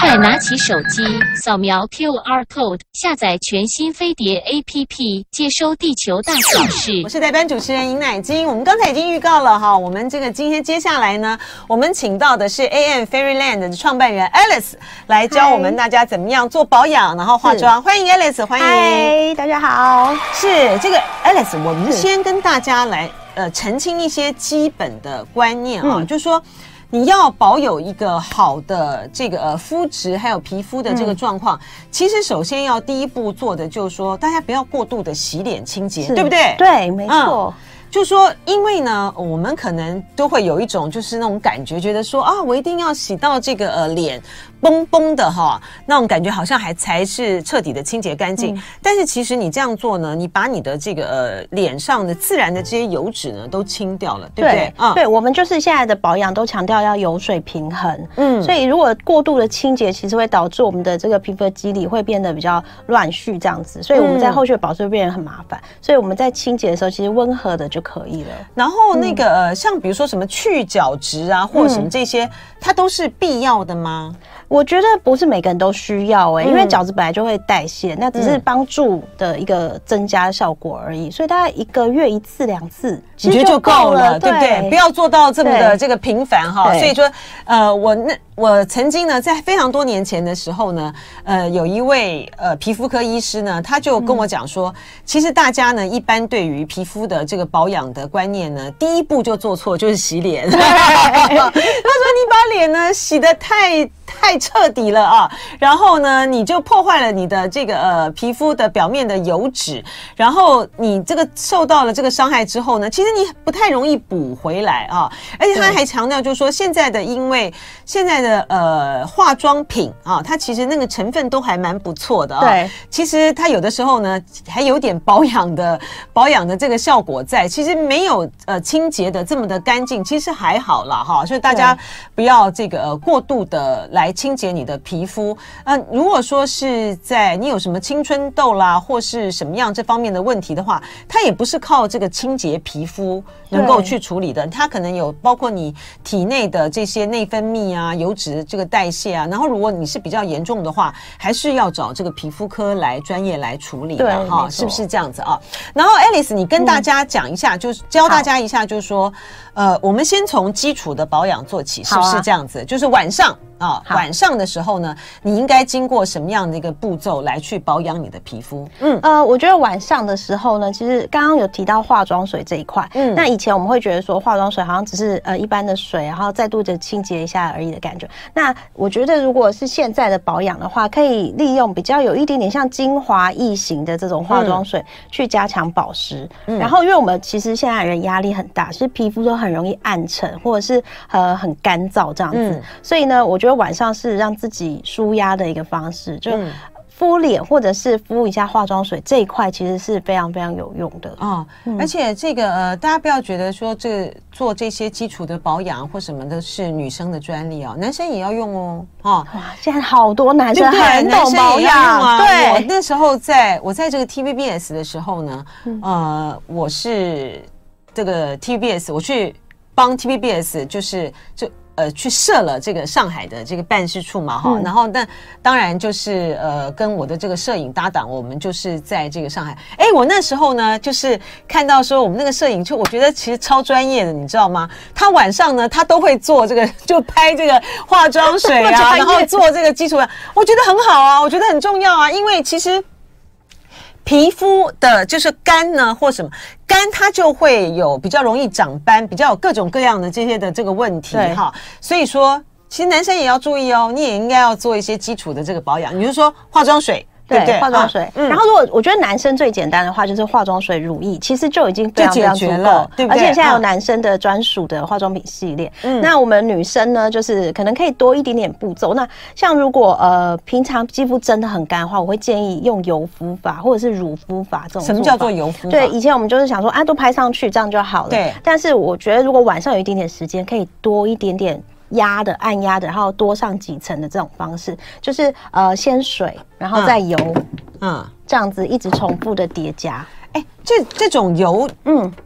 快拿起手机，扫描 QR code， 下载全新飞碟 APP， 接收地球大小事。 我是代班主持人尹乃菁。我们刚才已经预告了哈，我们这个今天接下来呢，我们请到的是 AM Fairyland 的创办人 Alice 来教我们大家怎么样做保养，然后化妆。欢迎 Alice， 欢迎。 嗨，大家好。 是这个 Alice， 我们先跟大家来澄清一些基本的观念啊，就是说。你要保有一个好的这个肤质还有皮肤的这个状况，其实首先要第一步做的就是说，大家不要过度的洗脸清洁，对不对？ 对，没错。 就说，因为呢，我们可能都会有一种就是那种感觉，觉得说啊，我一定要洗到这个脸崩崩的哈，那种感觉好像才是彻底的清洁干净。但是其实你这样做呢，你把你的这个脸上的自然的这些油脂呢都清掉了，对不对？ 对，我们就是现在的保养都强调要油水平衡，所以如果过度的清洁，其实会导致我们的这个皮肤的肌理会变得比较乱序这样子，所以我们在后续的保湿会变得很麻烦。所以我们在清洁的时候，其实温和的就可以了。 然后那个像比如说什么去角质啊，或什么这些，它都是必要的吗？ 我觉得不是每个人都需要因为角质本来就会代谢，那只是帮助的一个增加效果而已，所以大概1个月1次2次， 其实就够了，对不对？不要做到这么的这个频繁哈。所以说，我曾经呢，在非常多年前的时候呢，有一位皮肤科医师呢，他就跟我讲说，其实大家呢，一般对于皮肤的这个保养的观念呢，第一步就做错，就是洗脸。他说你把脸呢洗得太彻底了啊，然后呢，你就破坏了你的这个皮肤的表面的油脂，然后你这个受到了这个伤害之后呢，其实你不太容易补回来啊。而且他还强调，就是说因为现在的化妆品啊，它其实那个成分都还蛮不错的啊。对，其实它有的时候呢，还有点保养的这个效果在，其实没有清洁的这么的干净，其实还好啦哈。所以大家不要这个过度的来清洁你的皮肤。如果说是在你有什么青春痘啦，或是什么样这方面的问题的话，它也不是靠这个清洁皮肤能够去处理的，它可能有包括你体内的这些内分泌啊、油脂这个代谢啊，然后如果你是比较严重的话，还是要找这个皮肤科来专业来处理的哈，是不是这样子啊？然后 Alice， 你跟大家讲一下，就是教大家一下，就是说，我们先从基础的保养做起，是不是这样子？就是晚上的时候呢，你应该经过什么样的一个步骤来去保养你的皮肤？ 我觉得晚上的时候呢，其实刚刚有提到化妆水这一块，那以前我们会觉得说化妆水好像只是一般的水，然后再度的清洁一下而已的感觉。那我觉得如果是现在的保养的话，可以利用比较有一点点像精华液型的这种化妆水去加强保湿。然后因为我们其实现在人压力很大，其实皮肤都很容易暗沉或者是很干燥这样子，所以呢，我觉得晚上是让自己舒压的一个方式，就敷脸或者是敷一下化妆水这一块，其实是非常非常有用的而且这个大家不要觉得说做这些基础的保养或什么的是女生的专利男生也要用哇， 现在好多男生很懂保养对，我那时候我在这个 TVBS 的时候呢，我是这个 TVBS， 我去帮 TVBS 去设了这个上海的这个办事处嘛然后但当然就是跟我的这个摄影搭档，我们就是在这个上海。我那时候呢就是看到说我们那个摄影就我觉得其实超专业的，你知道吗？他晚上呢他都会做这个，就拍这个化妆水啊，然后做这个基础的，我觉得很好啊，我觉得很重要啊，因为其实皮肤的就是干呢或什么干，它就会有比较容易长斑，比较有各种各样的这些的这个问题所以说其实男生也要注意你也应该要做一些基础的这个保养。你就说化妆水对不对？ 化妆水然后如果我觉得男生最简单的话就是化妆水乳液，其实就已经非常非常足够，对不对？而且现在有男生的专属的化妆品系列那我们女生呢就是可能可以多一点点步骤。那像如果平常肌肤真的很干的话，我会建议用油敷法或者是乳敷法这种。 什么叫做油敷法？ 对，以前我们就是想说都拍上去这样就好了，对。但是我觉得如果晚上有一点点时间，可以多一点点按压的，然后多上几层的这种方式，就是先水然后再油这样子一直重复的叠加。 这种油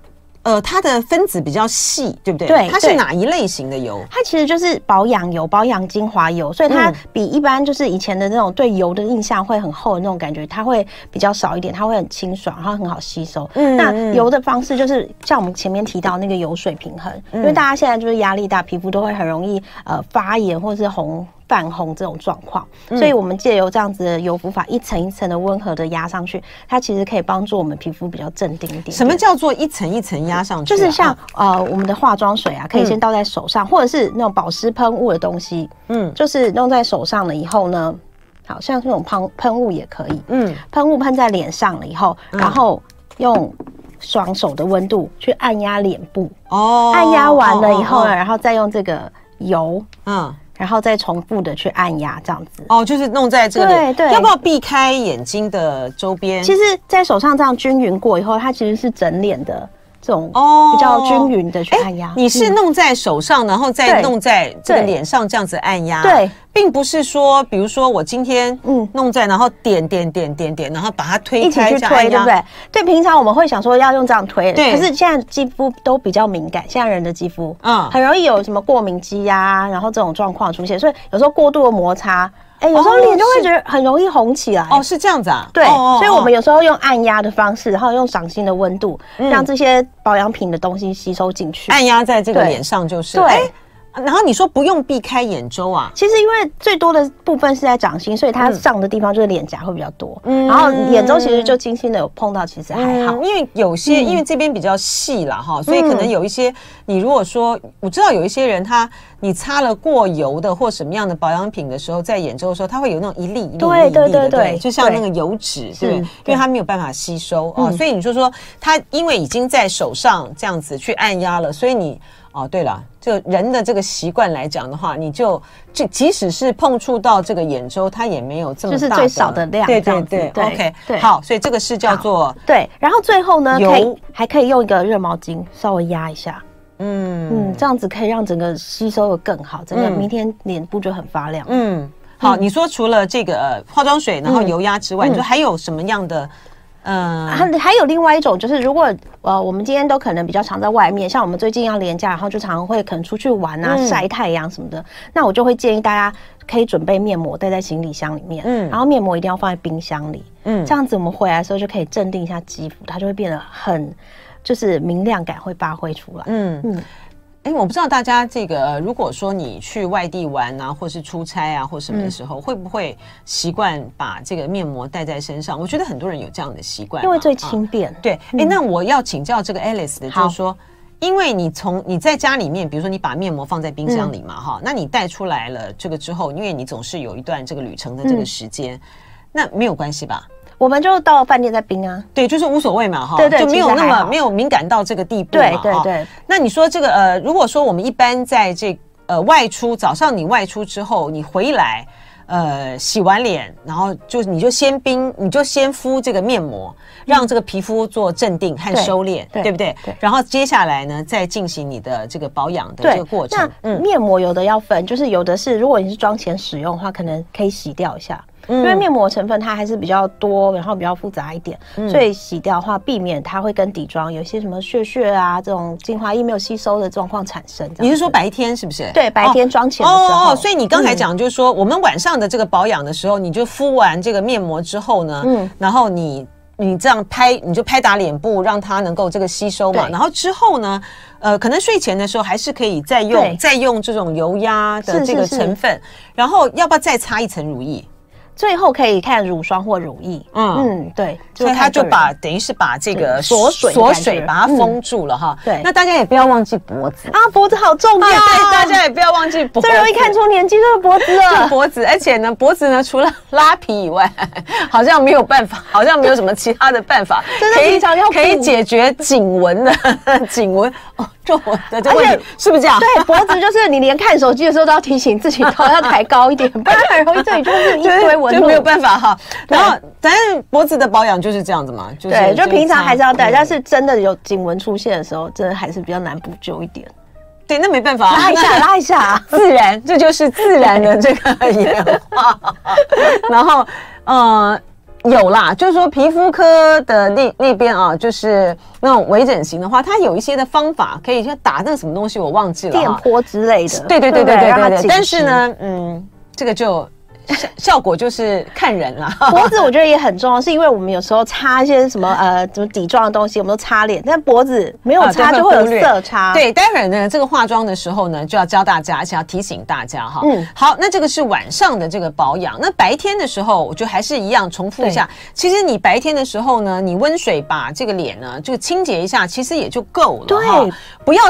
它的分子比较细，对不对？ 对， 它是哪一类型的油？ 它其实就是保养油、保养精华油，所以它比一般就是以前的那种对油的印象会很厚的那种感觉，它会比较少一点，它会很清爽，然后很好吸收。那油的方式就是像我们前面提到那个油水平衡，因为大家现在就是压力大，皮肤都会很容易发炎或是泛红这种状况，所以我们借由这样子的油敷法，一层一层的温和的压上去，它其实可以帮助我们皮肤比较镇定一点。 什么叫做一层一层压上去？ 就是像我们的化妆水啊，可以先倒在手上，或者是那种保湿喷雾的东西，就是弄在手上了以后呢，好像这种喷雾也可以，喷雾喷在脸上了以后，然后用双手的温度去按压脸部，按压完了以后呢，然后再用这个油，然后再重复的去按压，这样子就是弄在这个脸， 对， 要不要避开眼睛的周边？ 其实，在手上这样均匀过以后，它其实是整脸的这种比较均匀的去按压。 你是弄在手上，然后再弄在这个脸上这样子按压，对，并不是说，比如说我今天弄在，然后点，然后把它推开， 一起去推，对不对？对，平常我们会想说要用这样推，可是现在肌肤都比较敏感，现在人的肌肤很容易有什么过敏肌啊，然后这种状况出现，所以有时候过度的摩擦。有时候脸就会觉得很容易红起来。 是这样子啊？ 对，所以我们有时候用按压的方式，然后用掌心的温度，让这些保养品的东西吸收进去。 按压在这个脸上就是。对。然后你说不用避开眼周啊？ 其实因为最多的部分是在掌心，所以它上的地方就是脸颊会比较多。然后眼周其实就轻轻的有碰到，其实还好。 因为有些因为这边比较细啦哈，所以可能有一些你如果说我知道有一些人你擦了过油的或什么样的保养品的时候，在眼周的时候，它会有那种一粒一粒的，就像那个油脂，对，因为它没有办法吸收所以你就说它因为已经在手上这样子去按压了，所以你对了，就人的这个习惯来讲的话，你就即使是碰触到这个眼周，它也没有这么大的， 就是最少的量， 对 OK， 好，所以这个是叫做对，然后最后呢，还可以用一个热毛巾稍微压一下。这样子可以让整个吸收的更好，整个明天脸部就很发亮。 好，你说除了这个化妆水，然后油压之外，你说还有什么样的？ 还有另外一种，就是如果我们今天都可能比较常在外面，像我们最近要连假，然后就常常会可能出去玩啊、晒太阳什么的，那我就会建议大家可以准备面膜带在行李箱里面，然后面膜一定要放在冰箱里，这样子我们回来的时候就可以镇定一下肌肤，它就会变得就是明亮感会发挥出来。 我不知道大家这个如果说你去外地玩啊，或是出差啊，或什么的时候，会不会习惯把这个面膜带在身上？我觉得很多人有这样的习惯， 因为最轻便。 对，那我要请教这个 Alice 的，就是说，因为你在家里面，比如说你把面膜放在冰箱里嘛，那你带出来了这个之后，因为你总是有一段这个旅程的这个时间，那没有关系吧？ 我们就到饭店再冰啊， 对，就是无所谓嘛， 对， 就没有那么没有敏感到这个地步嘛， 对。 那你说这个如果说我们一般在这外出，早上你外出之后，你回来洗完脸，然后你就先敷这个面膜，让这个皮肤做镇定和收敛，对不对？然后接下来呢，再进行你的这个保养的这个过程。 那面膜有的要分，就是有的是如果你是妆前使用的话，可能可以洗掉一下。因为面膜成分它还是比较多，然后比较复杂一点，所以洗掉的话，避免它会跟底妆有些什么屑啊，这种精华液没有吸收的状况产生。 你是说白天是不是？ 对，白天妆前的时候。 所以你刚才讲就是说，我们晚上的这个保养的时候，你就敷完这个面膜之后呢，然后你这样你就拍打脸部，让它能够这个吸收嘛。然后之后呢，可能睡前的时候还是可以再用这种油压的这个成分，然后要不要再擦一层乳液？ 最后可以看乳霜或乳液，对， 所以它就等于是把这个锁水把它封住了哈。 对， 那大家也不要忘记脖子啊，脖子好重要， 对，大家也不要忘记脖子， 最容易看出年纪就是脖子了。 脖子，而且呢，脖子呢，除了拉皮以外，好像没有办法，好像没有什么其他的办法，可以解决颈纹的颈纹皱纹的这个问题，是不是这样？ 对，脖子就是你连看手机的时候都要提醒自己头要抬高一点，不然很容易这里就是一堆纹路， 就没有办法哈。然后，但是脖子的保养就是这样子嘛， 对，就平常还是要戴，但是真的有颈纹出现的时候，真的还是比较难补救一点。 对，那没办法， 拉一下， 自然，这就是自然的这个演化。然后， 有啦，就是说皮肤科的那边啊，就是那种微整形的话，它有一些的方法可以像打那个什么东西，我忘记了， 电波之类的。 对。但是呢，这个就效果就是看人啦。 脖子我觉得也很重要，是因为我们有时候擦一些什么底妆的东西，我们都擦脸，但脖子没有擦就会有色差。 对，待会儿呢，这个化妆的时候呢，就要教大家，而且要提醒大家哈。好，那这个是晚上的这个保养。那白天的时候，我就还是一样重复一下。其实你白天的时候呢，你温水把这个脸呢就清洁一下，其实也就够了。 对， 不要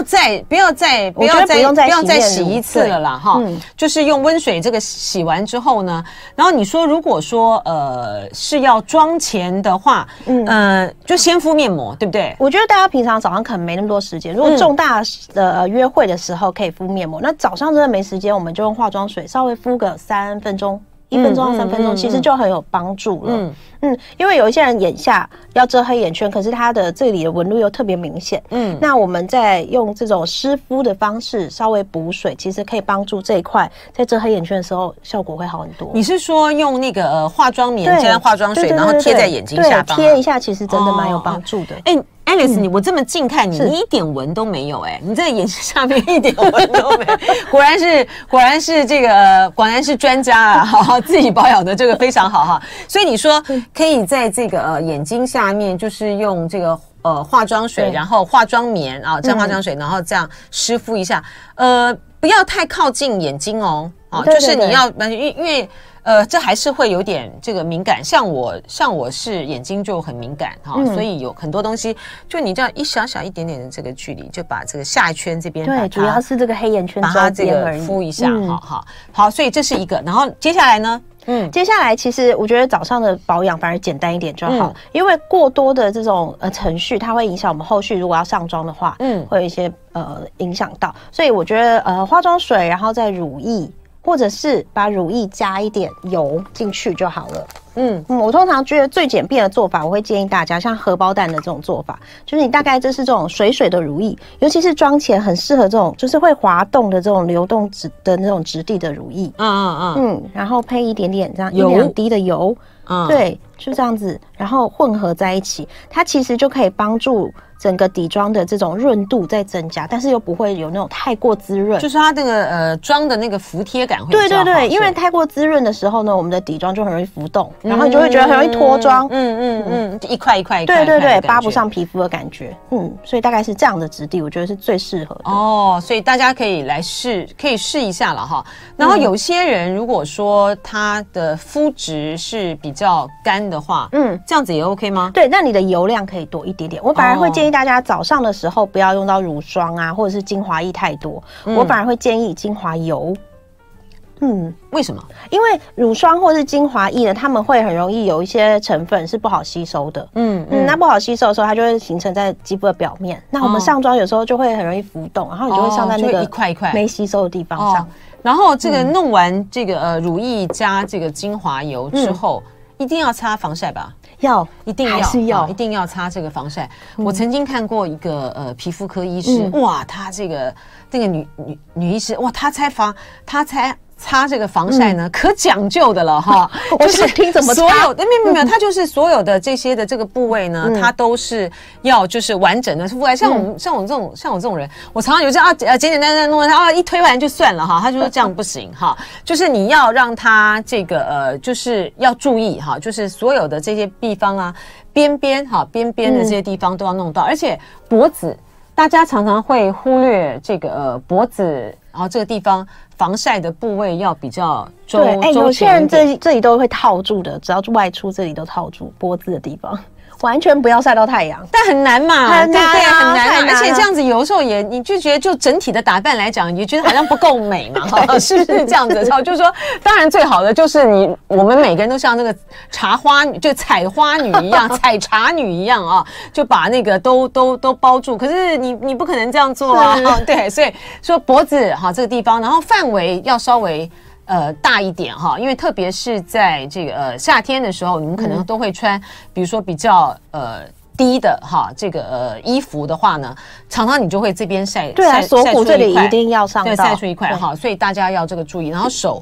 再洗一次了啦哈。就是用温水这个洗完之后呢，然后你说如果说是要妆前的话，就先敷面膜，对不对？ 我觉得大家平常早上可能没那么多时间，如果重大的约会的时候可以敷面膜，那早上真的没时间，我们就用化妆水稍微敷个3分钟。1分钟到3分钟，其实就很有帮助了。因为有一些人眼下要遮黑眼圈，可是他的这里的纹路又特别明显。那我们在用这种湿敷的方式稍微补水，其实可以帮助这一块在遮黑眼圈的时候效果会好很多。 你是说用那个化妆棉加化妆水，然后贴在眼睛下方？ 贴一下，其实真的蛮有帮助的。 Alice，我这么近看你，你一点纹都没有你在眼睛下面一点纹都没有，果然是这个果然是专家啊，好自己保养的这个非常好哈。所以你说可以在这个眼睛下面就是用这个化妆水，然后化妆棉啊，沾化妆水，然后这样湿敷一下，不要太靠近眼睛哦，就是你要因为。这还是会有点这个敏感，像我是眼睛就很敏感哈，所以有很多东西，就你这样一小一点的这个距离，就把这个下圈这边， 对，主要是这个黑眼圈把它这个敷一下，好，所以这是一个，然后接下来呢？ 接下来其实我觉得早上的保养反而简单一点就好，因为过多的这种程序，它会影响我们后续如果要上妆的话，会有一些影响到，所以我觉得化妆水，然后再乳液。或者是把乳液加一点油进去就好了。我通常觉得最简便的做法，我会建议大家像荷包蛋的这种做法，就是你大概这是这种水的乳液，尤其是妆前很适合这种就是会滑动的这种流动的那种质地的乳液。然后配一点点这样1-2滴的油，对，就这样子，然后混合在一起，它其实就可以帮助整个底妆的这种润度在增加，但是又不会有那种太过滋润， 就是它那个妆的那个服帖感会比较好。 对，因为太过滋润的时候呢，我们的底妆就很容易浮动，然后你就会觉得很容易脱妆， 就一块一块， 对，扒不上皮肤的感觉，所以大概是这样的质地，我觉得是最适合的。 所以大家可以来试一下了哈。然后有些人如果说他的肤质是比较干的话，这样子也 OK 吗？ 对，那你的油量可以多一点点。我反而会建议大家早上的时候不要用到乳霜啊，或者是精华液太多，我反而会建议精华油。 为什么？ 因为乳霜或是精华液呢，它们会很容易有一些成分是不好吸收的。那不好吸收的时候，它就会形成在肌肤的表面。那我们上妆有时候就会很容易浮动，然后你就会上在那个一块一块没吸收的地方上。 然后这个弄完这个乳液加这个精华油之后，一定要擦防晒吧？一定要擦这个防晒。我曾经看过一个皮肤科医师，哇，他这个那个女医师，哇，她擦这个防晒呢，可讲究的了哈， 就是听怎么擦， 所有的没有，它就是所有的这些的这个部位呢，它都是要就是完整的覆盖。像我这种人，我常常有这样简单弄它一推完就算了哈，他就说这样不行哈，就是你要让它这个就是要注意哈，就是所有的这些地方啊，边边的这些地方都要弄到，而且脖子。大家常常会忽略这个脖子，然后这个地方防晒的部位要比较周全一点。 有些人这里都会套住的，只要外出这里都套住脖子的地方。完全不要晒到太阳， 但很难嘛， 很难， 很难，而且这样子有时候也，你就觉得就整体的打扮来讲，也觉得好像不够美嘛，是不是这样子？就是说，当然最好的就是我们每个人都像那个茶花女，就采花女一样，采茶女一样啊，就把那个都包住。可是你不可能这样做啊，对，所以说脖子哈这个地方，然后范围要稍微。大一点哈，因为特别是在这个夏天的时候，你们可能都会穿，比如说比较低的哈这个衣服的话呢，常常你就会这边晒， 对啊，锁骨这里一定要上到， 对，晒出一块哈，所以大家要这个注意。然后手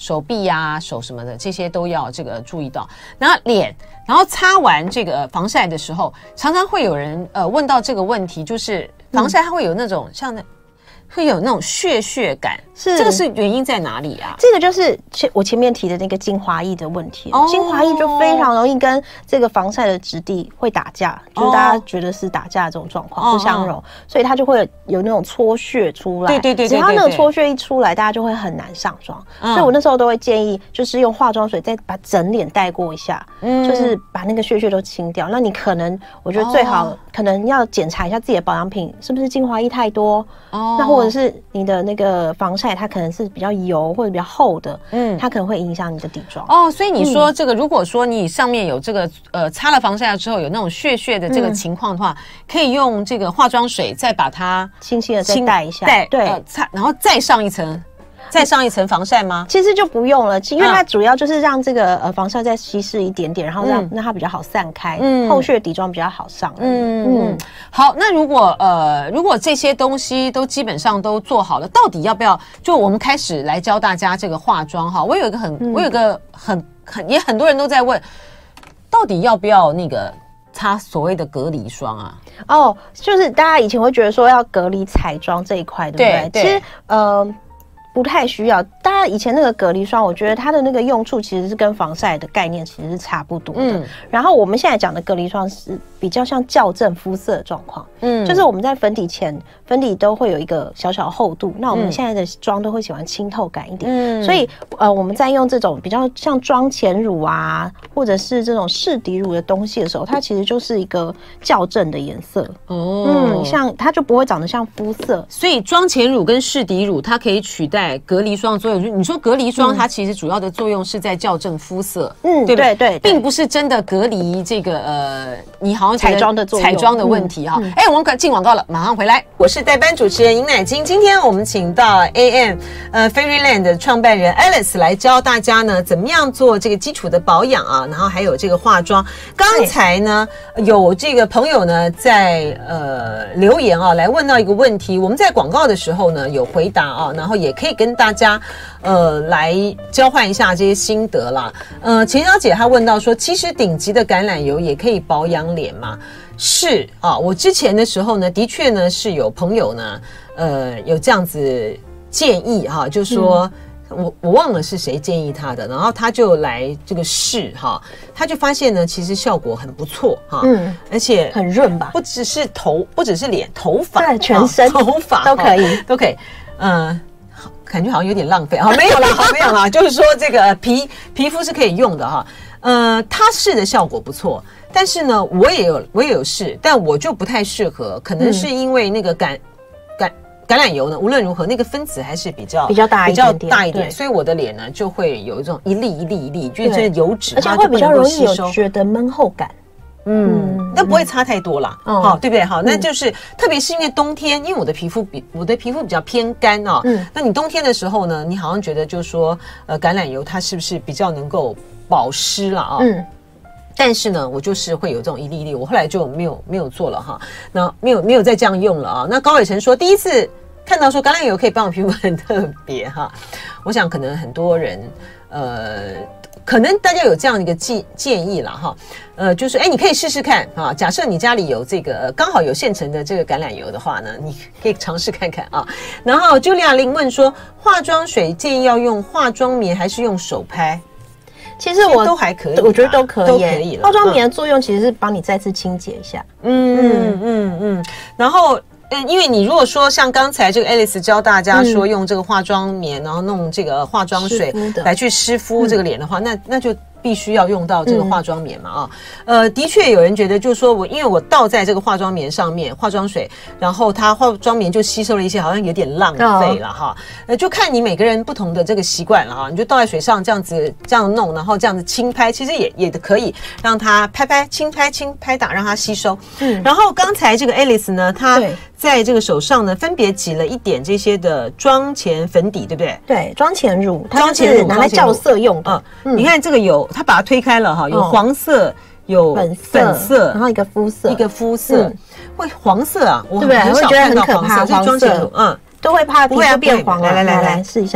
手臂啊、手什么的，这些都要这个注意到。然后脸，然后擦完这个防晒的时候，常常会有人问到这个问题，就是防晒它会有那种像会有那种屑感，这个是原因在哪里啊？ 这个就是我前面提的那个精华液的问题。精华液就非常容易跟这个防晒的质地会打架，就是大家觉得是打架的这种状况，不相容，所以它就会有那种搓屑出来。对，只要那个搓屑一出来，大家就会很难上妆。所以我那时候都会建议，就是用化妆水再把整脸带过一下，就是把那个屑都清掉。那你可能，我觉得最好可能要检查一下自己的保养品是不是精华液太多，那或者是你的那个防晒它可能是比较油或者比较厚的，它可能会影响你的底妆。 所以你说这个，如果说你上面有这个擦了防晒之后有那种屑的这个情况的话，可以用这个化妆水再把它轻轻的再带一下， 对，擦，然后再上一层。再上一层防晒吗？ 其实就不用了，因为它主要就是让这个防晒再稀释一点点，然后让它比较好散开，后续的底妆比较好上。 好，那如果这些东西都基本上都做好了，到底要不要？就我们开始来教大家这个化妆哈。我有一个也很多人都在问，到底要不要那个擦所谓的隔离霜啊？ 就是大家以前会觉得说要隔离彩妆这一块，对不对？其实不太需要。大家以前那个隔离霜，我觉得它的那个用处其实是跟防晒的概念其实是差不多的。然后我们现在讲的隔离霜是比较像校正肤色的状况，就是我们在粉底前，粉底都会有一个小小厚度，那我们现在的妆都会喜欢清透感一点，所以我们在用这种比较像妆前乳啊，或者是这种试底乳的东西的时候，它其实就是一个校正的颜色。像它就不会长得像肤色， 所以妆前乳跟试底乳它可以取代隔离霜的作用。你说隔离霜它其实主要的作用是在校正肤色，对不对？对，并不是真的隔离这个你好像彩妆的作用、 彩妆的问题哈。我们进广告了，马上回来。我是代班主持人尹乃菁，今天我们请到 AM Fairyland 的创办人 Alice 来教大家呢怎么样做这个基础的保养啊，然后还有这个化妆。刚才呢有这个朋友呢在留言啊来问到一个问题，我们在广告的时候呢有回答啊，然后也可以跟大家来交换一下这些心得啦。钱小姐她问到说，其实顶级的橄榄油也可以保养脸吗？是啊，我之前的时候呢，的确呢是有朋友呢，有这样子建议哈，就说。我忘了是谁建议他的，然后他就来这个试哈，他就发现呢，其实效果很不错哈，而且很润吧， 不只是脸，头发， 对，全身头发都可以， 感觉好像有点浪费啊，没有啦，就是说这个皮肤是可以用的哈，他试的效果不错，但是呢，我也有试，但我就不太适合，可能是因为那个橄榄油呢，无论如何那个分子还是比较大一点，所以我的脸呢就会有一种一粒，就是油脂， 而且会比较容易有觉得闷厚感。 那不会差太多啦，对不对？好，那就是特别是因为冬天，因为我的皮肤比较偏干哦，那你冬天的时候呢，你好像觉得就是说，橄榄油它是不是比较能够保湿了啊？但是呢，我就是会有这种一粒，我后来就没有做了哈，那没有再这样用了啊。那高伟成说，第一次看到说橄榄油可以保养皮肤很特别哈，我想可能很多人可能大家有这样的一个建议啦哈，就是你可以试试看啊。假设你家里有这个刚好有现成的这个橄榄油的话呢，你可以尝试看看啊。然后 Julia 林问说，化妆水建议要用化妆棉还是用手拍？ 其实我都还可以， 我觉得都可以了。 化妆棉的作用其实是帮你再次清洁一下。 然后因为你如果说像刚才这个 Alice 教大家说用这个化妆棉，然后弄这个化妆水来去湿敷这个脸的话，那就必须要用到这个化妆棉嘛的确有人觉得就是说因为我倒在这个化妆棉上面化妆水，然后它化妆棉就吸收了一些，好像有点浪费了哈。就看你每个人不同的这个习惯了哈，你就倒在水上这样弄，然后这样子轻拍，其实也可以让它轻拍打，让它吸收。然后刚才这个 Alice 呢，她在这个手上呢分别挤了一点这些的妆前粉底，对不对？ 对，妆前乳，它是拿来校色用的。 你看这个有。它把它推开了哈，有黄色，有粉色， 然后一个肤色， 会黄色啊，我对不对？ 很少看到黄色， 黄色妆前乳， 都会怕皮肤变黄。来试一下，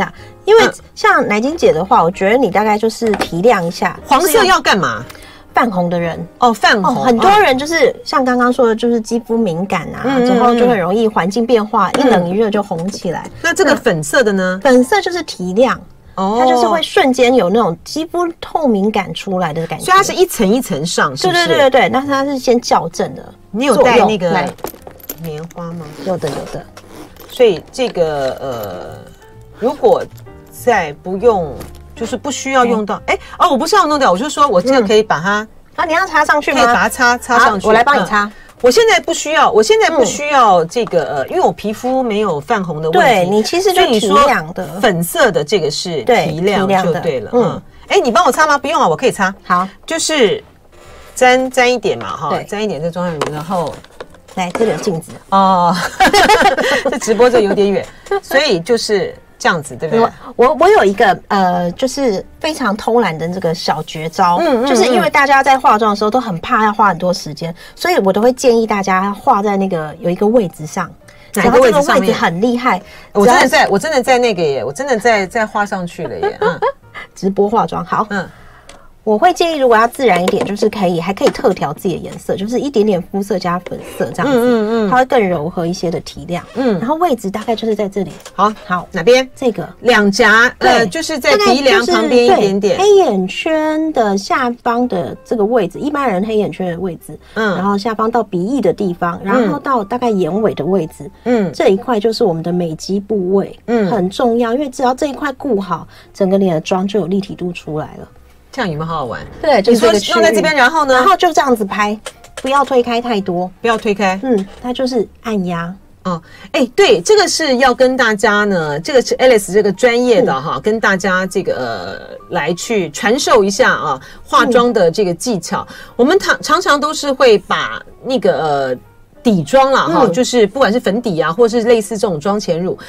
因为像乃金姐的话，我觉得你大概就是提亮一下。 黄色要干嘛？ 泛红的人泛红， 很多人就是像刚刚说的，就是肌肤敏感啊，之后就很容易环境变化，一冷一热就红起来。 那这个粉色的呢？ 粉色就是提亮。它就是会瞬间有那种肌肤透明感出来的感觉， 所以它是一层一层上，是不是？ 对，那它是先校正的。 你有带那个棉花吗？ 有的。 所以这个如果在不用，就是不需要用到，我不是要弄掉，我就说我这个可以把它你要插上去吗？ 可以把它插上去， 我来帮你插。 我现在不需要这个因为我皮肤没有泛红的问题。 对，你其实就提亮的， 粉色的这个是提亮就对了。你帮我擦吗？不用啊，我可以擦。 好， 就是沾一点嘛，哈，沾一点这妆乳，然后来这里有镜子这直播这有点远，所以就是这样子，对不对？ 我有一个就是非常偷懒的这个小绝招，就是因为大家在化妆的时候都很怕要花很多时间，所以我都会建议大家画在那个有一个位置上。 哪个位置上面？ 位置很厉害， 我真的在那个耶，我真的在画上去了耶。 直播化妆好。我会建议，如果要自然一点，就是还可以特调自己的颜色，就是一点点肤色加粉色这样子，它会更柔和一些的提亮。然后位置大概就是在这里。好， 哪边？ 这个两颊，就是在鼻梁旁边一点点。 黑眼圈的下方的这个位置，一般人黑眼圈的位置，然后下方到鼻翼的地方，然后到大概眼尾的位置，这一块就是我们的美肌部位，很重要，因为只要这一块顾好，整个脸的妆就有立体度出来了。这样有没有好好玩？ 对，就是这个区域弄在这边，然后呢？ 然后就这样子拍，不要推开太多， 不要推开。 它就是按压。 对，这个是要跟大家呢，这个是 Alice 这个专业的哈，跟大家这个来去传授一下啊，化妆的这个技巧。我们常常都是会把那个底妆啦哈，就是不管是粉底啊，或是类似这种妆前乳，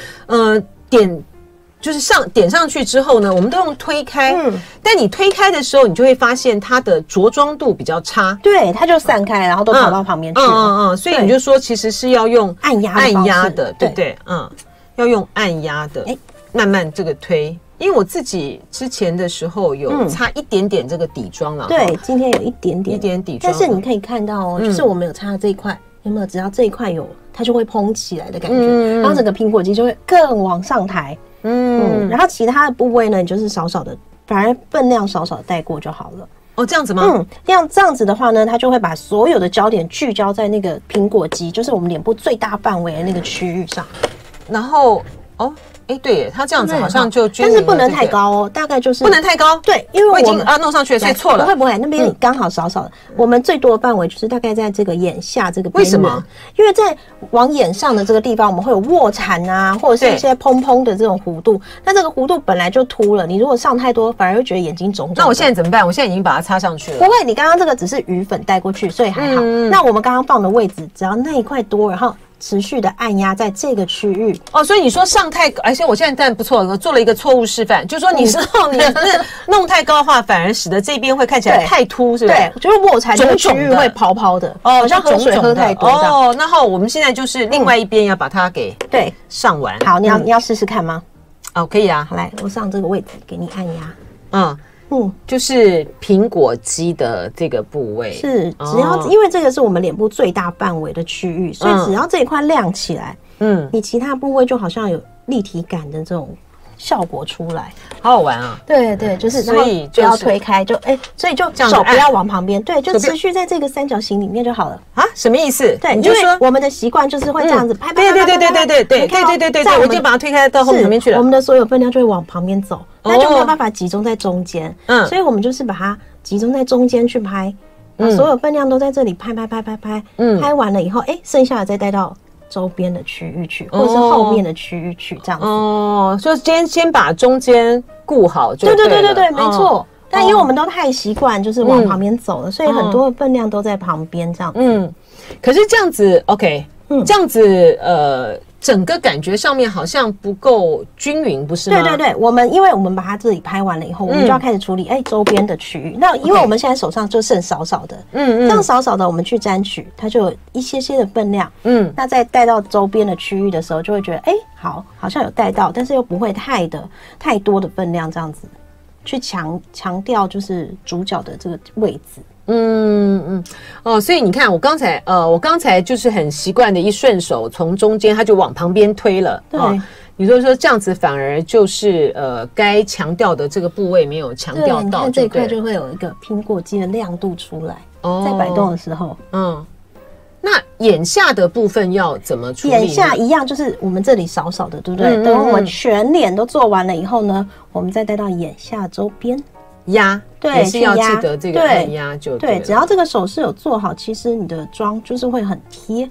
就是点上去之后呢，我们都用推开。但你推开的时候，你就会发现它的着妆度比较差。 对，它就散开，然后都跑到旁边去了。 所以你就说，其实是要用按压的，对不对？要用按压的，慢慢这个推。因为我自己之前的时候有擦一点点这个底妆了。 对，今天有一点点底妆。 但是你可以看到就是我们有擦的这一块。有没有？只要这一块有，它就会蓬起来的感觉，然后整个苹果肌就会更往上抬。然后其他的部位呢，你就是少少的，反而分量少少的带过就好了。 这样子吗？ 这样子的话呢，它就会把所有的焦点聚焦在那个苹果肌，就是我们脸部最大范围的那个区域上。 然后对耶，它这样子好像就但是不能太高哦，大概就是不能太高。 对，因为我已经弄上去了，所以错了。 不会，那边刚好少少的。我们最多的范围就是大概在这个眼下这个边缘。 为什么？ 因为在往眼上的这个地方，我们会有卧蚕啊，或者是一些蓬蓬的这种弧度。那这个弧度本来就凸了，你如果上太多，反而会觉得眼睛肿肿。 那我现在怎么办？我现在已经把它擦上去了。 不会，你刚刚这个只是余粉带过去，所以还好。那我们刚刚放的位置，只要那一块多，然后持续的按压在这个区域。 所以你说上太高，而且我现在当然不错，我做了一个错误示范，就是说你之后你弄太高的话，反而使得这边会看起来太凸，是不是？ 对，就是卧蚕这个区域会泡泡的，好像喝水喝太多这样。 然后我们现在就是另外一边要把它给上完。 好，你要试试看吗？ 可以啊。 好，来，我上这个位置给你按压。 就是苹果肌的这个部位， 是只要因为这个是我们脸部最大范围的区域，所以只要这一块亮起来，你其他部位就好像有立体感的这种效果出来， 好好玩啊！ 对，就是所以不要推开，所以就手不要往旁边，对，就持续在这个三角形里面就好了啊？什么意思？ 对，你就说我们的习惯就是会这样子拍， 对，我就把它推开到后面旁边去了， 我们的所有分量就会往旁边走，那就没有办法集中在中间，所以我们就是把它集中在中间去拍，把所有分量都在这里拍，拍完了以后，剩下的再带到周边的区域去，或者是后面的区域去，这样子。 所以先把中间顾好就对了。 对，没错。但因为我们都太习惯就是往旁边走了，所以很多的分量都在旁边这样子。 可是这样子 ，OK，这样子整个感觉上面好像不够均匀，不是吗？ 对对对，因为我们把它这里拍完了以后，我们就要开始处理周边的区域。那因为我们现在手上就剩少少的，这样少少的我们去沾取，它就有一些些的分量。那在带到周边的区域的时候，就会觉得好像有带到，但是又不会太多的分量，这样子去强调就是主角的这个位置。 所以你看，我刚才就是很习惯的一顺手从中间，它就往旁边推了。对，你说这样子反而就是该强调的这个部位没有强调到， 你看这一块就会有一个苹果肌的亮度出来。在摆动的时候， 那眼下的部分要怎么处理？ 眼下一样，就是我们这里少少的，对不对？等我们全脸都做完了以后呢，我们再带到眼下周边。 压， 对， 也是要记得这个按压就对了。 对，只要这个手势有做好，其实你的妆就是会很贴。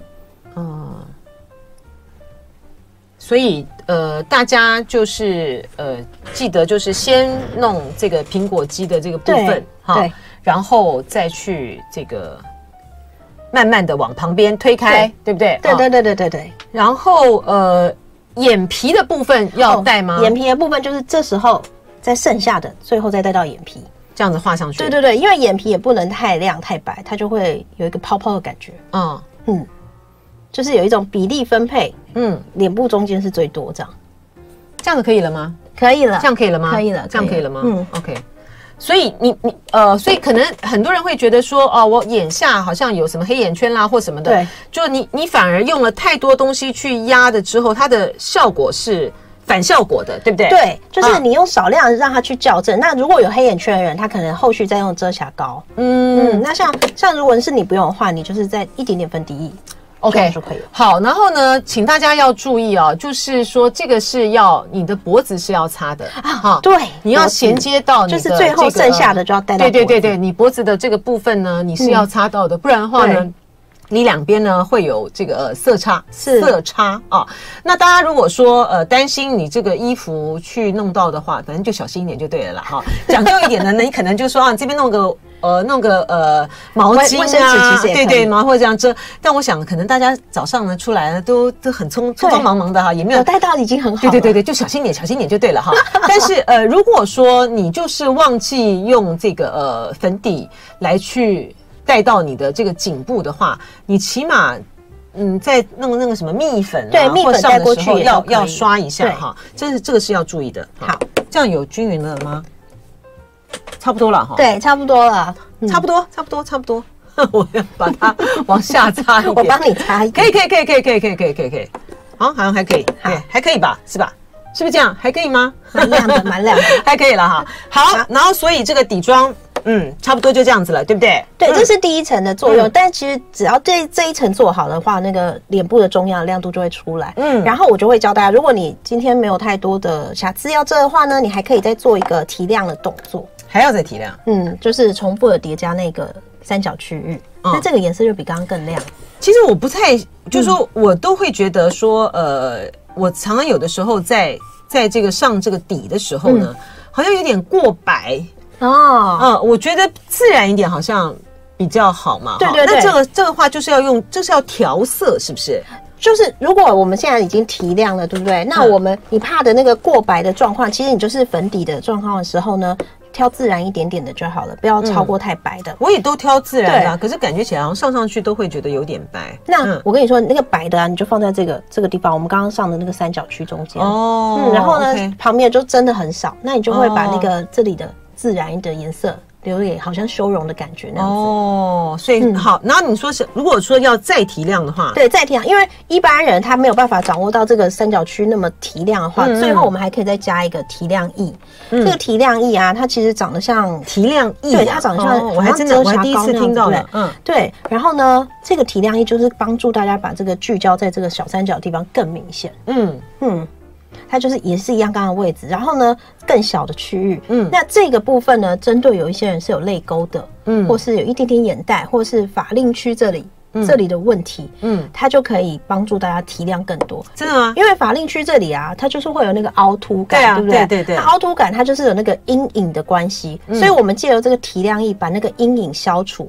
所以大家就是记得就是先弄这个苹果肌的这个部分哈，然后再去这个慢慢的往旁边推开，对不对？ 对。 然后眼皮的部分要带吗？ 眼皮的部分就是这时候。在剩下的最后再带到眼皮， 这样子画上去。 对，因为眼皮也不能太亮太白，它就会有一个泡泡的感觉。就是有一种比例分配。脸部中间是最多这样。 这样子可以了吗？ 可以了。 这样可以了吗？ 可以了。 这样可以了吗？OK。所以所以可能很多人会觉得说，我眼下好像有什么黑眼圈啦或什么的，对，就你反而用了太多东西去压的之后，它的效果是反效果的，对不对？对， 就是你用少量让它去校正。那如果有黑眼圈的人，他可能后续再用遮瑕膏。那像如果是你不用的话，你就是在一点点粉底液 ，OK 就可以了。好，然后呢，请大家要注意就是说这个是要你的脖子是要擦的啊，对， 你要衔接到你的就是最后剩下的就要带到。 对，你脖子的这个部分呢，你是要擦到的，不然的话呢。你两边呢会有这个色差啊。那大家如果说担心你这个衣服去弄到的话，反正就小心一点就对了啦哈。讲究一点的呢，你可能就说你这边弄个毛巾啊，对，或者这样遮。但我想可能大家早上呢出来呢都很匆匆忙忙的哈，也没有带到已经很好了。 对，就小心点就对了哈。但是如果说你就是忘记用这个粉底来去带到你的这个颈部的话，你起码在弄那个什么蜜粉对蜜粉带过去要刷一下哈，这个是要注意的。好，这样有均匀了吗？差不多了哈。 对，差不多了， 差不多。我要把它往下擦一点， 我帮你擦一点。可以。好像还可以，还可以吧？是吧？是不是这样？还可以吗？ 蛮亮的， 还可以了哈。好，然后所以这个底妆。差不多就这样子了，对不对？ 对，这是第一层的作用。但其实只要这一层做好的话，那个脸部的中央亮度就会出来。然后我就会教大家，如果你今天没有太多的瑕疵要遮的话呢，你还可以再做一个提亮的动作。 还要再提亮？ 就是重复的叠加那个三角区域，那这个颜色就比刚刚更亮。 其实我不太，就是说我都会觉得说，我常常有的时候在这个上这个底的时候呢，好像有点过白。我觉得自然一点好像比较好嘛。对，那这个话就是要调色，是不是？ 就是如果我们现在已经提亮了，对不对？那你怕的那个过白的状况，其实你就是粉底的状况的时候呢，挑自然一点点的就好了，不要超过太白的。 我也都挑自然的，可是感觉起来好像上去都会觉得有点白。 那我跟你说，那个白的你就放在这个地方，我们刚刚上的那个三角区中间。然后呢，旁边就真的很少，那你就会把那个这里的自然的颜色留给好像修容的感觉那样子。 所以好，然后你说是如果说要再提亮的话， 对，再提亮，因为一般人他没有办法掌握到这个三角区那么提亮的话，最后我们还可以再加一个提亮液。这个提亮液啊，它其实长得像提亮液， 对，它长得像我还第一次听到的， 对。然后呢，这个提亮液就是帮助大家把这个聚焦在这个小三角的地方更明显。它就是也是一样刚刚的位置，然后呢更小的区域，那这个部分呢，针对有一些人是有泪沟的，或是有一点点眼袋，或是法令区这里的问题，它就可以帮助大家提亮更多。 真的吗？ 因为法令区这里啊，它就是会有那个凹凸感，对不对？对。凹凸感它就是有那个阴影的关系，所以我们借由这个提亮液把那个阴影消除。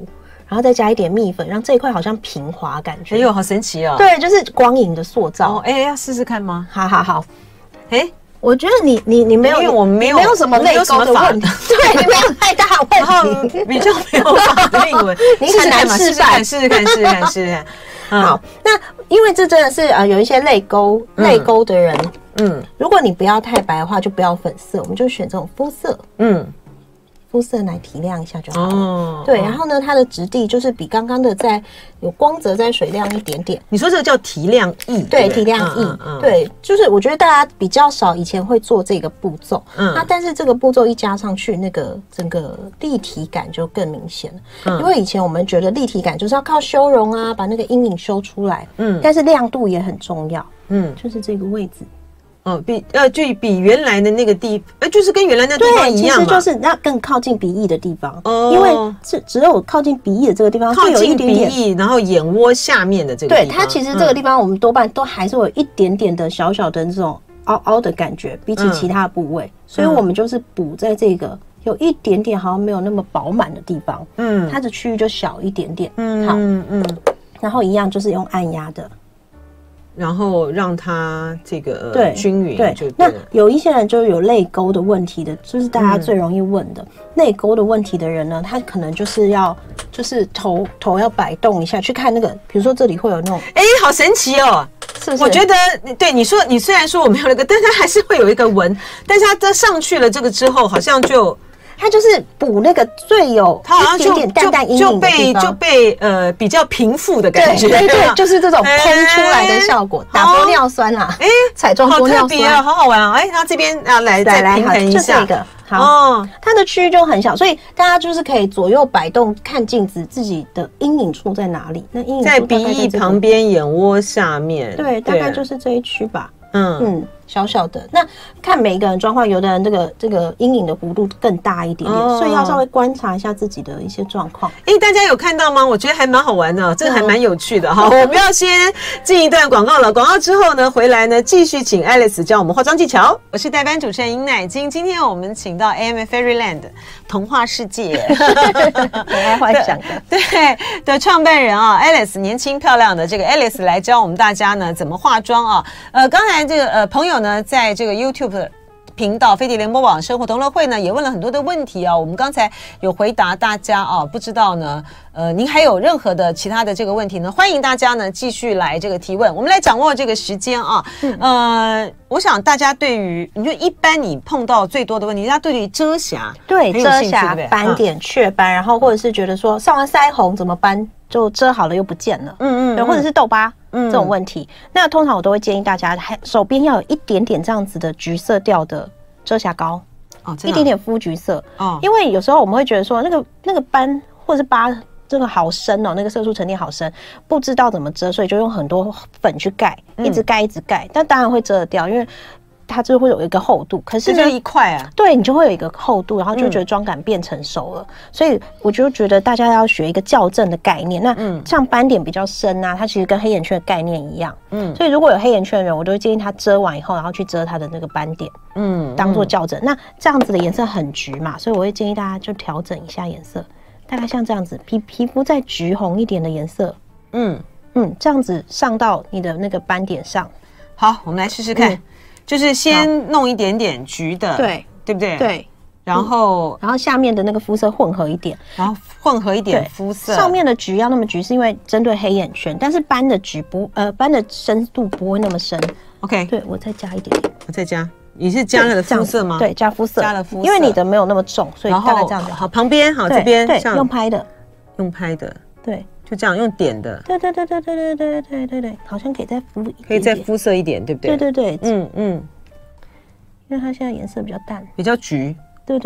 然后再加一点蜜粉，让这一块好像平滑感觉。 哎呦，好神奇哦！ 对，就是光影的塑造。 哎，要试试看吗？ 好。 哎， 我觉得你没有， 因为我没有什么泪沟的问题，对，你没有太大问题， 比较没有法的令纹， 你很难示范， 试试看。 好，那因为这真的是有一些泪沟的人，如果你不要太白的话，就不要粉色，我们就选这种肤色，肤色来提亮一下就好了。对，然后呢，它的质地就是比刚刚的再有光泽再水亮一点点。 你说这个叫提亮液？ 对，提亮液。对，就是我觉得大家比较少以前会做这个步骤，那但是这个步骤一加上去，那个整个立体感就更明显了。因为以前我们觉得立体感就是要靠修容啊，把那个阴影修出来。但是亮度也很重要。就是这个位置。 就比原来的那个就是跟原来那地方一样嘛， 其实就是要更靠近鼻翼的地方，因为只有靠近鼻翼的这个地方， 靠近鼻翼，然后眼窝下面的这个地方， 对，它其实这个地方我们多半都还是有一点点的小小的这种凹凹的感觉，比起其他的部位，所以我们就是补在这个有一点点好像没有那么饱满的地方，它的区域就小一点点，好，然后一样就是用按压的。 然后让它这个均匀，对。 那有一些人就是有泪沟的问题的，就是大家最容易问的泪沟的问题的人呢，他可能就是头要摆动一下，去看那个，比如说这里会有那种， 好神奇哦！ 是不是？ 我觉得对你说，你虽然说我没有那个，但它还是会有一个纹，但是它上去了这个之后，好像它就是补那个最有一点点淡淡阴影的地方， 就被比较平复的感觉， 对，就是这种喷出来的效果，打玻尿酸啦，彩妆玻尿酸， 好好玩啊！然后这边来再平衡一下， 就这个好，它的区域就很小，所以大家就是可以左右摆动，看镜子自己的阴影处在哪里。那阴影处在鼻翼旁边、眼窝下面， 对，大概就是这一区吧。小小的，那看每一个人状况，有的人这个阴影的弧度更大一点点，所以要稍微观察一下自己的一些状况。 大家有看到吗？我觉得还蛮好玩的，这个还蛮有趣的哈。我们要先进一段广告了，广告之后呢，回来呢继续请 Alice 教我们化妆技巧。我是代班主持人尹乃菁，今天我们请到 AMA Fairyland 童话世界很爱幻想的对的创办人啊 ，Alice 年轻漂亮的这个 Alice 来教我们大家呢怎么化妆啊。刚才这个朋友呢，在这个 YouTube 频道飞碟联播网生活同乐会呢，也问了很多的问题啊。我们刚才有回答大家啊，不知道呢，您还有任何的其他的这个问题呢？欢迎大家呢继续来这个提问。我们来掌握这个时间啊。我想大家对于你就一般你碰到最多的问题，大家对于遮瑕， 对遮瑕、斑点、雀斑，然后或者是觉得说上完腮红怎么斑就遮好了又不见了，对，或者是痘疤。这种问题，那通常我都会建议大家，手边要有一点点这样子的橘色调的遮瑕膏，一点点肤橘色，因为有时候我们会觉得说那个斑或者是疤这个好深哦，那个色素沉淀好深，不知道怎么遮，所以就用很多粉去盖，一直盖，但当然会遮得掉，因为它就会有一个厚度，可是就一块啊， 对你就会有一个厚度，然后就觉得妆感变成熟了，所以我就觉得大家要学一个校正的概念。那像斑点比较深啊，它其实跟黑眼圈的概念一样，所以如果有黑眼圈的人，我都会建议他遮完以后，然后去遮他的那个斑点，当做校正。那这样子的颜色很橘嘛，所以我会建议大家就调整一下颜色，大概像这样子，皮肤再橘红一点的颜色，这样子上到你的那个斑点上。 好，我们来试试看。就是先弄一点点橘的，对不对？ 对， 然后下面的那个肤色混合一点， 然后混合一点肤色。 上面的橘要那么橘，是因为针对黑眼圈，但是斑的橘斑的深度不会那么深。 OK， 对我再加一点点， 我再加。你是加了肤色吗？ 对，加肤色， 加了肤色， 因为你的没有那么重，所以大概这样就好。 旁边好，这边对，用拍的，对。 就这样用点的， 对，好像可以再肤色一点，对不对？ 对，因为它现在颜色比较淡， 比较橘， 对，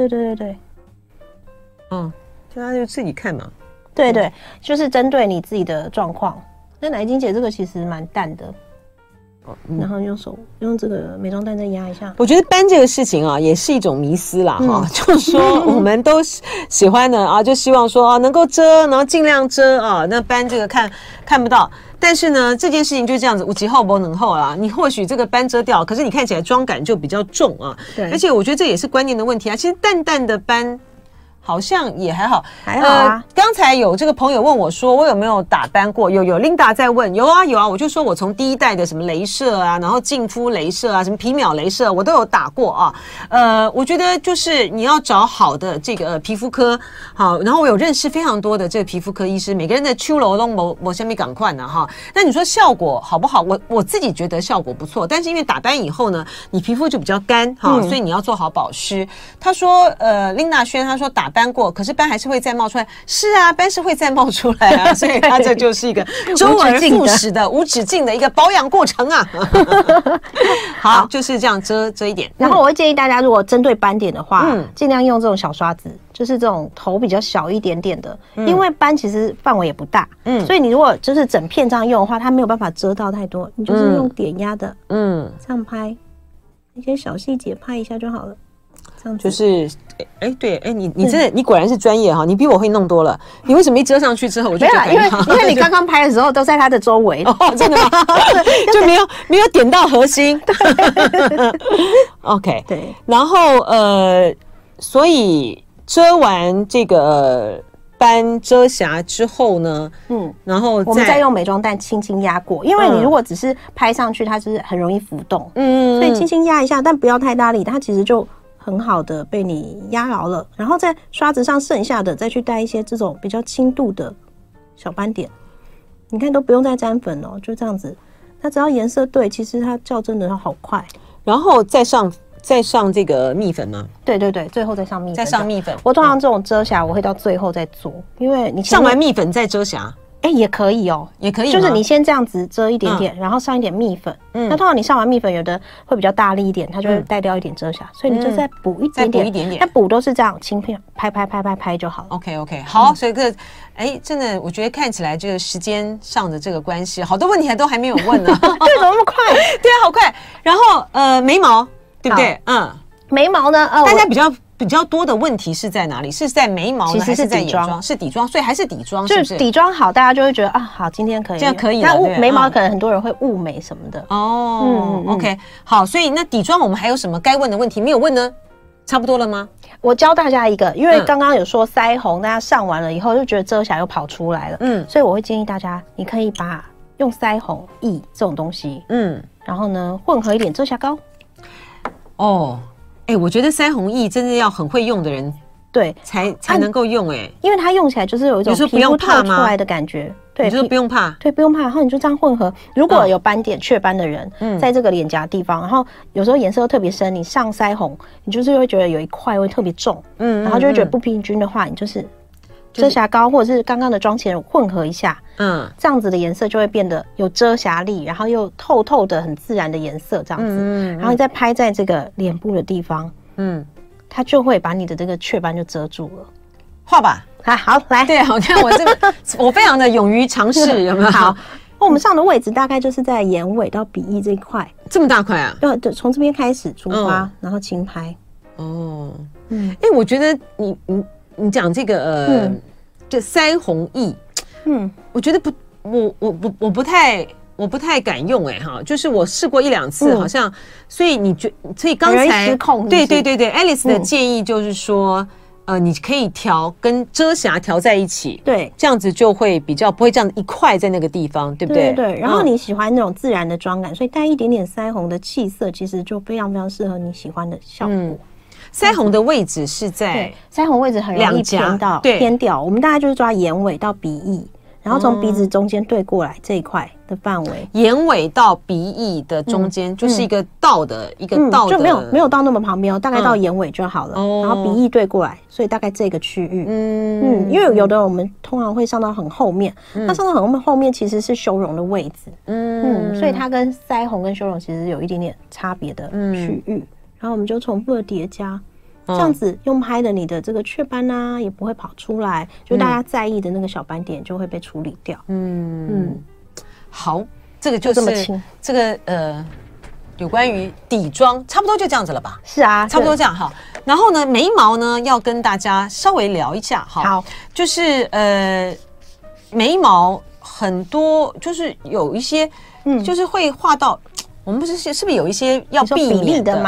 大家就自己看嘛， 对，就是针对你自己的状况。那乃菁姐这个其实蛮淡的。然后用这个美妆蛋再压一下。 我觉得斑这个事情啊，也是一种迷思啦哈，就是说我们都喜欢的啊，就希望说啊能够遮，然后尽量遮啊，那斑这个看不到。但是呢，这件事情就这样子，无极厚不能厚啦。你或许这个斑遮掉，可是你看起来妆感就比较重啊。对，而且我觉得这也是观念的问题啊。其实淡淡的斑， 好像也还好， 还好啊。 刚才有这个朋友问我说，我有没有打斑过？有 Linda 在问，有啊，我就说我从第一代的什么雷射啊，然后净肤雷射啊，什么皮秒雷射，我都有打过啊。我觉得就是你要找好的这个皮肤科，好，然后我有认识非常多的这个皮肤科医师，每个人的秋楼都某下面赶快呢哈。那你说效果好不好？我自己觉得效果不错，但是因为打斑以后呢，你皮肤就比较干哈，所以你要做好保湿。他说Linda 轩他说打斑过，可是斑还是会再冒出来。是啊，斑是会再冒出来啊，所以它这就是一个周而复始的无止境的一个保养过程啊。好，就是这样遮一点。 然后我会建议大家，如果针对斑点的话，尽量用这种小刷子，就是这种头比较小一点点的，因为斑其实范围也不大，所以你如果就是整片这样用的话，它没有办法遮到太多，你就是用点压的，这样拍一些小细节拍一下就好了。 就是对你真的你果然是专业哈，你比我会弄多了。你为什么一遮上去之后我就觉得因为你刚刚拍的时候都在它的周围真的吗？就没有点到核心。OK， 对。 然后所以遮完这个斑遮瑕之后呢，然后我们再用美妆蛋轻轻压过，因为你如果只是拍上去，它是很容易浮动，所以轻轻压一下，但不要太大力，它其实就很好的被你压牢了，然后在刷子上剩下的再去带一些这种比较轻度的小斑点，你看都不用再沾粉哦，就这样子，它只要颜色对，其实它校正的好快。 然后再上这个蜜粉吗？ 对，最后再上蜜粉。 再上蜜粉。 我通常这种遮瑕我会到最后再做，因为你上完蜜粉再遮瑕。 也可以哦， 也可以， 就是你先这样子遮一点点，然后上一点蜜粉。那通常你上完蜜粉，有的会比较大力一点，它就会带掉一点遮瑕，所以你就再补一点点，但补都是这样轻片拍就好了。 OK， 好，所以真的，我觉得看起来这个时间上的这个关系，好多问题都还没有问呢。 对，怎么那么快？ 对啊，好快。然后眉毛，对不对？ 眉毛呢？ 大家比较多的问题是在哪里？是在眉毛呢，还是在眼妆？是底妆，所以还是底妆，是不是？ 底妆好，大家就会觉得好，今天可以， 这样可以了。 那眉毛可能很多人会雾眉什么的。 OK， 好，所以那底妆我们还有什么该问的问题没有问呢？差不多了吗？ 我教大家一个，因为刚刚有说腮红，大家上完了以后就觉得遮瑕又跑出来了，所以我会建议大家，你可以用腮红液这种东西，然后呢混合一点遮瑕膏。 我觉得腮红液真的要很会用的人， 对， 才能够用因为它用起来就是有一种皮肤透出来的感觉。对， 你说不用怕， 对，不用怕。然后你就这样混合。如果有斑点、雀斑的人，在这个脸颊地方，然后有时候颜色又特别深，你上腮红，你就是会觉得有一块会特别重，然后就会觉得不平均的话，你就是遮瑕膏或者是刚刚的妆前混合一下，这样子的颜色就会变得有遮瑕力，然后又透透的很自然的颜色这样子，然后你再拍在这个脸部的地方，它就会把你的这个雀斑就遮住了。 画吧， 好来， 对，我看我这个我非常的勇于尝试，有没有？ 好，我们上的位置大概就是在眼尾到鼻翼这一块， 这么大块啊？ 对，从这边开始出发，然后轻拍。 我觉得你讲这个这腮红液，我觉得我不太敢用就是我试过1-2次，好像，所以刚才对 Alice 的建议就是说，你可以跟遮瑕调在一起， 对， 这样子就会比较不会这样一块在那个地方，对不对？ 对，然后你喜欢那种自然的妆感，所以带一点点腮红的气色，其实就非常非常适合你喜欢的效果。 腮红的位置是在腮红位置很容易偏掉，我们大概就是抓眼尾到鼻翼，然后从鼻子中间对过来这一块的范围， 眼尾到鼻翼的中间就是一个道的就没有到那么旁边大概到眼尾就好了，然后鼻翼对过来，所以大概这个区域，因为有的我们通常会上到很后面，那上到很后面其实是修容的位置，所以它跟腮红跟修容其实有一点点差别的区域。然后我们就重复的叠加，这样子用拍的你的这个雀斑也不会跑出来，就大家在意的那个小斑点就会被处理掉。 好，这个就是这个有关于底妆，差不多就这样子了吧？ 是啊， 差不多这样哈。然后呢，眉毛呢要跟大家稍微聊一下哈。好，就是眉毛很多就是有一些，就是会画到。我们是不是有一些要避免的吗？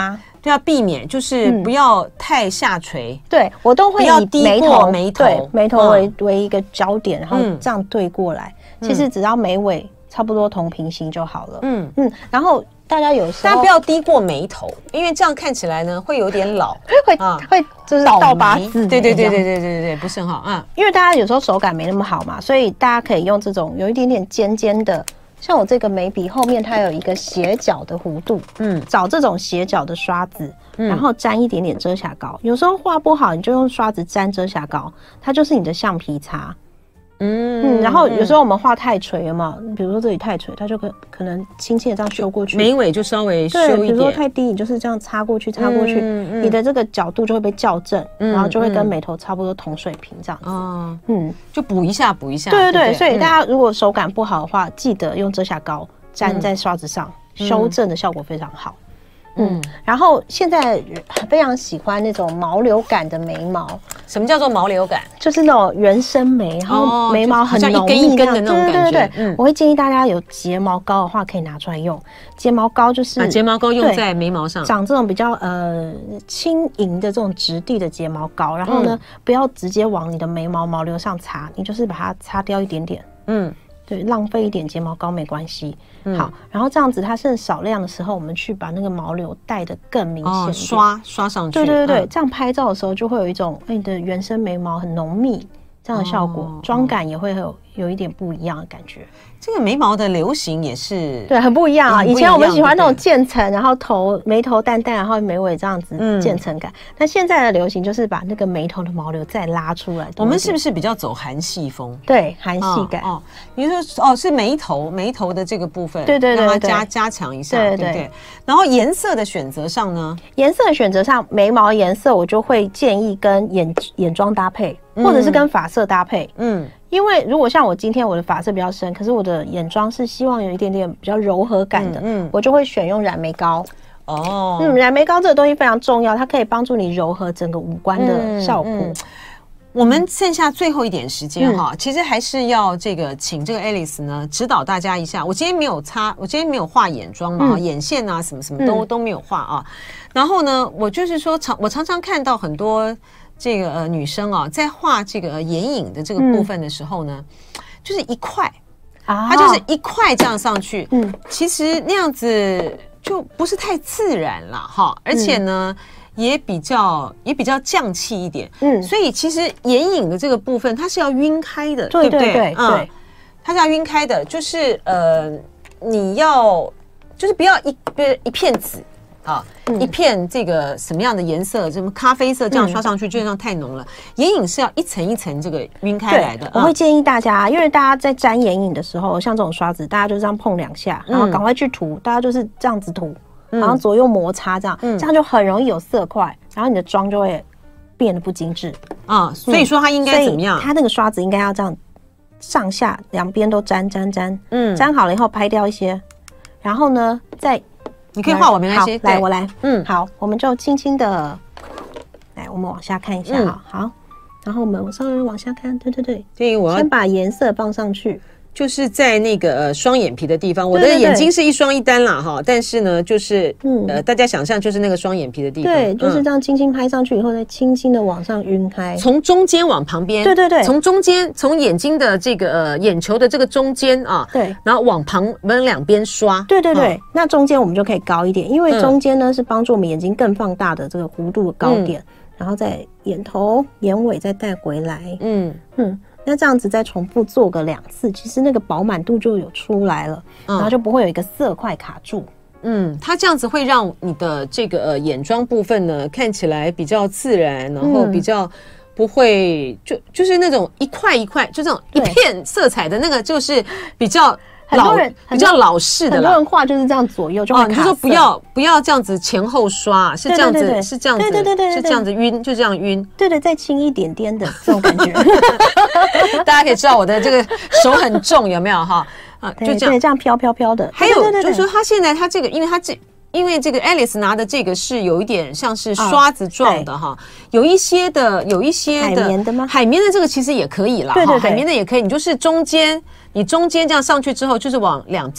对，要避免就是不要太下垂。 对，我都会以低过眉头， 对，眉头为一个焦点，然后这样对过来。其实只要眉尾差不多同平行就好了。然后大家有时候不要低过眉头，因为这样看起来呢会有点老， 会就是倒拔字。 对，不是很好。 因为大家有时候手感没那么好嘛，所以大家可以用这种有一点点尖尖的。像我这个眉笔后面它有一个斜角的弧度，找这种斜角的刷子，然后沾一点点遮瑕膏。有时候画不好，你就用刷子沾遮瑕膏，它就是你的橡皮擦。然后有时候我们画太垂了嘛，比如说这里太垂，它就可能轻轻的这样修过去， 眉尾就稍微修一点。 比如说太低，你就是这样擦过去，你的这个角度就会被校正，然后就会跟眉头差不多同水平这样子。就补一下。 对，所以大家如果手感不好的话，记得用遮瑕膏沾在刷子上，修正的效果非常好。然后现在非常喜欢那种毛流感的眉毛。 什么叫做毛流感？ 就是那种原生眉，然后眉毛很浓密一根的那种感觉。 对，我会建议大家有睫毛膏的话，可以拿出来用。睫毛膏就是把睫毛膏用在眉毛上， 长这种比较轻盈的这种质地的睫毛膏。然后呢，不要直接往你的眉毛毛流上擦，你就是把它擦掉一点点。对，浪费一点睫毛膏没关系。好，然后这样子它剩少量的时候，我们去把那个毛流带得更明显一点， 刷上去。 对，这样拍照的时候就会有一种你的原生眉毛很浓密这样的效果，妆感也会有一点不一样的感觉。 这个眉毛的流行也是对，很不一样啊。以前我们喜欢那种渐层，然后眉头淡淡，然后眉尾这样子渐层感。但现在的流行就是把那个眉头的毛流再拉出来。 我们是不是比较走韩系风？ 对，韩系感。 你说是眉头的这个部分， 对， 让它加强一下，对不对？然后颜色的选择上呢？ 颜色的选择上，眉毛颜色我就会建议跟眼妆搭配，或者是跟发色搭配。因为如果像我今天我的发色比较深，可是我的眼妆是希望有一点点比较柔和感的，我就会选用染眉膏。染眉膏这个东西非常重要，它可以帮助你柔和整个五官的效果。 我们剩下最后一点时间其实还是要请这个 Alice 呢指导大家一下。我今天没有画眼妆嘛，眼线啊什么都没有画啊。然后呢，我就是说我常常看到很多女生在画这个眼影的这个部分的时候呢，就是一块它就是一块这样上去，其实那样子就不是太自然了而且呢也比较匠气一点，所以其实眼影的这个部分它是要晕开的，对不对？对，它是要晕开的，就是你要就是不要一片紫。一片这个什么样的颜色，什么咖啡色这样刷上去，就这样太浓了。眼影是要一层一层这个晕开来的。我会建议大家，因为大家在沾眼影的时候，像这种刷子，大家就这样碰2下，然后赶快去涂，大家就是这样子涂，然后左右摩擦这样，这样就很容易有色块，然后你的妆就会变得不精致所以说它应该怎么样？ 它那个刷子应该要这样上下两边都沾，沾好了以后拍掉一些，然后呢再。 你可以画我没关系， 来我来，好，我们就轻轻的来，我们往下看一下好，然后我们稍微往下看，对， 所以我要先把颜色放上去， 就是在那个双眼皮的地方，我的眼睛是一双一单啦但是呢，就是大家想象就是那个双眼皮的地方， 对，就是这样轻轻拍上去以后，再轻轻的往上晕开， 从中间往旁边， 对， 从中间，从眼睛的这个眼球的这个中间对， 然后往旁边两边刷， 对，那中间我们就可以高一点，因为中间呢是帮助我们眼睛更放大的这个弧度的高点，然后再眼头、眼尾再带回来，那这样子再重复做个2次，其实那个饱满度就有出来了，然后就不会有一个色块卡住。 它这样子会让你的这个眼妆部分呢看起来比较自然，然后比较不会就是那种一块一块，就这种一片色彩的那个，就是比较比较老式的了。 很多人画就是这样左右就会卡色。 你就说不要这样子前后刷，是这样子，是这样子，是这样子晕，就这样晕。 对，再轻一点点的这种感觉。 大家可以知道我的这个手很重，有没有就这样飘飘的。 还有就是说，他现在他这个，因为这个 Alice 拿的这个是有一点像是刷子状的有一些的海绵的吗？ 海绵的这个其实也可以啦， 对， 海绵的也可以，你就是中间这样上去之后，就是往两侧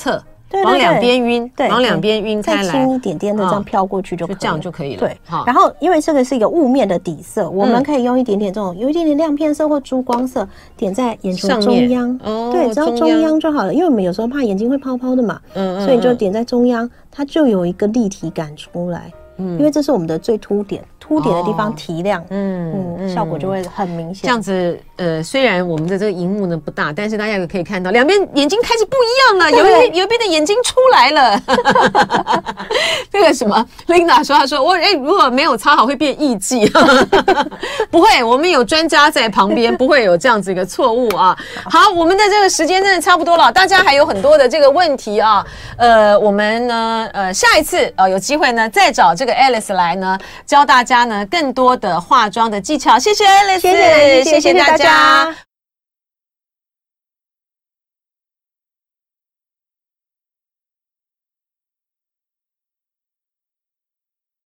往两边晕， 对， 往两边晕开来， 再轻一点点的这样飘过去就可以了， 这样就可以了。 对，然后因为这个是一个雾面的底色，我们可以用一点点这种有一点点亮片色或珠光色点在眼球中央，对，只要中央就好了。因为我们有时候怕眼睛会泡泡的嘛，所以你就点在中央，它就有一个立体感出来。因为这是我们的最凸点的地方提亮，效果就会很明显。 这样子，虽然我们的这个荧幕呢不大，但是大家也可以看到两边眼睛开始不一样了，有一边的眼睛出来了。那个什么 ，Linda 说，她说我如果没有擦好会变艺妓，不会，我们有专家在旁边，不会有这样子一个错误啊。好，我们的这个时间真的差不多了，大家还有很多的这个问题啊，我们呢，下一次有机会呢再找这个 Alice 来呢教大家呢更多的化妆的技巧。谢谢 Alice， 谢谢大家。